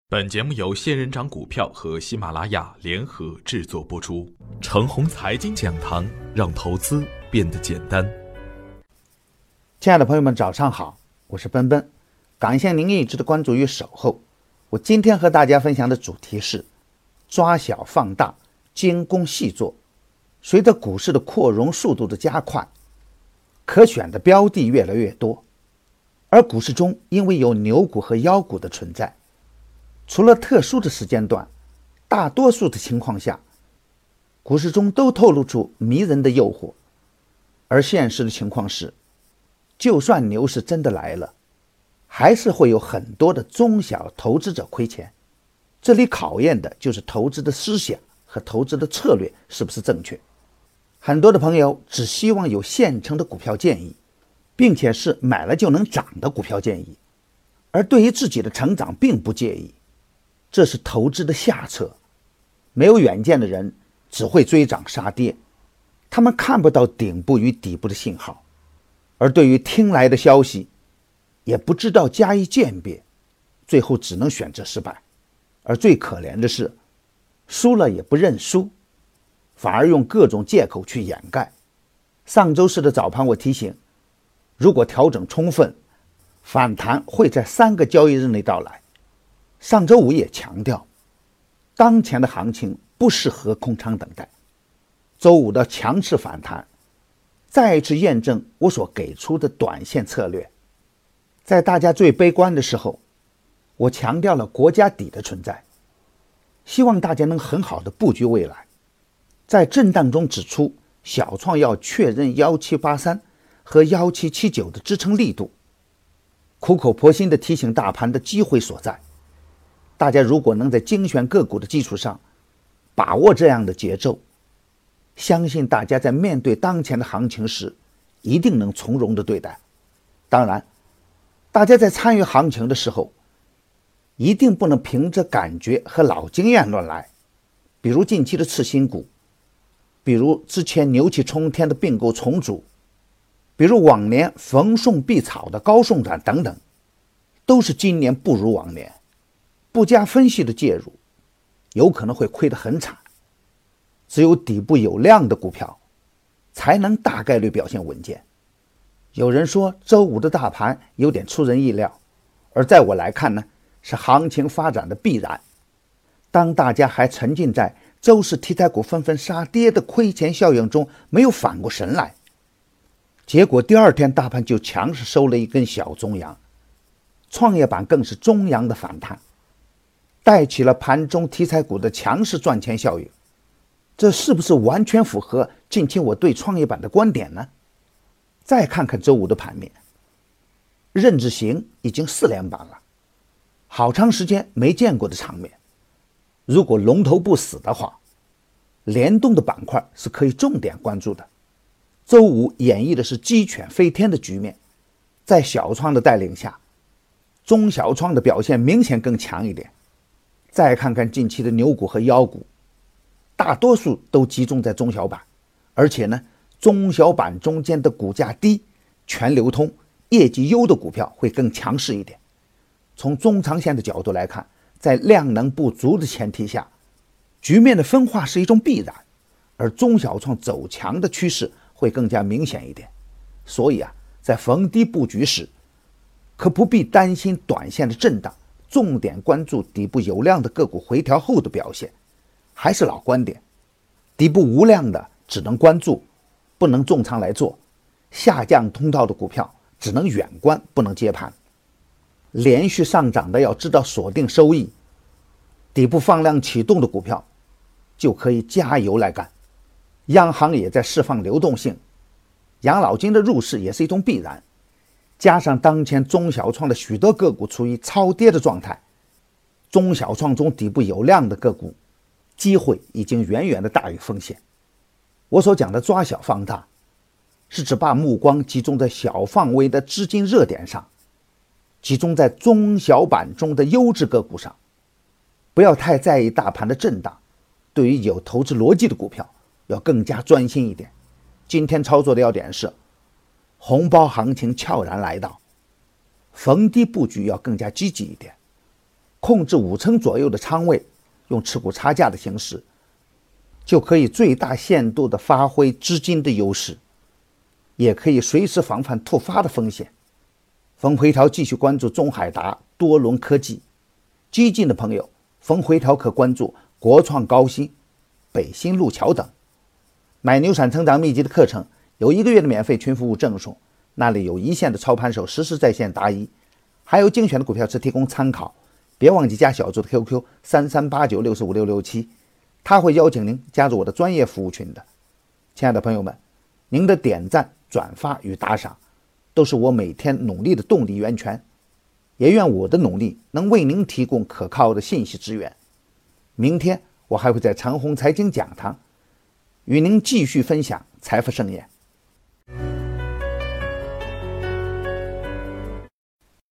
本节目由仙人掌股票和喜马拉雅联合制作播出。程红财经讲堂，让投资变得简单。 亲爱的朋友们，早上好，我是奔奔，感谢您一直的关注与守候。我今天和大家分享的主题是抓小放大，精工细作。随着股市的扩容速度的加快，可选的标的越来越多，而股市中因为有牛股和妖股的存在，除了特殊的时间段，大多数的情况下，股市中都透露出迷人的诱惑。而现实的情况是，就算牛市真的来了，还是会有很多的中小投资者亏钱。这里考验的就是投资的思想和投资的策略是不是正确。很多的朋友只希望有现成的股票建议，并且是买了就能涨的股票建议，而对于自己的成长并不介意。这是投资的下策。没有远见的人只会追涨杀跌，他们看不到顶部与底部的信号，而对于听来的消息也不知道加以鉴别，最后只能选择失败。而最可怜的是，输了也不认输，反而用各种借口去掩盖。上周四的早盘我提醒，如果调整充分，反弹会在3个交易日内到来。上周五也强调，当前的行情不适合空仓等待。周五的强势反弹再一次验证我所给出的短线策略。在大家最悲观的时候，我强调了国家底的存在，希望大家能很好的布局未来。在震荡中指出，小创要确认1783和1779的支撑力度，苦口婆心的提醒大盘的机会所在。大家如果能在精选个股的基础上把握这样的节奏，相信大家在面对当前的行情时一定能从容的对待。当然，大家在参与行情的时候一定不能凭着感觉和老经验乱来，比如近期的次新股，比如之前牛气冲天的并购重组，比如往年逢送必炒的高送展等等，都是今年不如往年。不加分析的介入，有可能会亏得很惨。只有底部有量的股票才能大概率表现稳健。有人说周五的大盘有点出人意料，而在我来看呢，是行情发展的必然。当大家还沉浸在周四题材股纷纷杀跌的亏钱效应中没有反过神来，结果第二天大盘就强势收了一根小中阳，创业板更是中阳的反弹，带起了盘中题材股的强势赚钱效应。这是不是完全符合近期我对创业板的观点呢？再看看周五的盘面，任字形已经4连板了，好长时间没见过的场面。如果龙头不死的话，联动的板块是可以重点关注的。周五演绎的是鸡犬飞天的局面，在小创的带领下，中小创的表现明显更强一点。再看看近期的牛股和妖股，大多数都集中在中小板，而且呢，中小板中间的股价低、全流通、业绩优的股票会更强势一点。从中长线的角度来看，在量能不足的前提下，局面的分化是一种必然，而中小创走强的趋势会更加明显一点。所以在逢低布局时，可不必担心短线的震荡，重点关注底部有量的个股回调后的表现。还是老观点，底部无量的只能关注，不能重仓来做；下降通道的股票只能远观，不能接盘。连续上涨的要知道锁定收益，底部放量启动的股票就可以加油来干。央行也在释放流动性，养老金的入市也是一种必然。加上当前中小创的许多个股处于超跌的状态，中小创中底部有量的个股机会已经远远的大于风险。我所讲的抓小放大，是指把目光集中在小范围的资金热点上，集中在中小板中的优质个股上，不要太在意大盘的震荡。对于有投资逻辑的股票，要更加专心一点。今天操作的要点是，红包行情悄然来到，逢低布局要更加积极一点。 控制5成左右的仓位，用持股差价的形式，就可以最大限度地发挥资金的优势，也可以随时防范突发的风险。逢回调继续关注中海达、多伦科技。激进的朋友逢回调可关注国创高新、北新路桥等。买牛产成长秘籍的课程有1个月的免费群服务赠送，那里有一线的操盘手实时在线答疑，还有精选的股票池提供参考。别忘记加小组的 QQ 3389656667，他会邀请您加入我的专业服务群的。亲爱的朋友们，您的点赞、转发与打赏都是我每天努力的动力源泉，也愿我的努力能为您提供可靠的信息资源。明天我还会在长虹财经讲堂与您继续分享财富盛宴。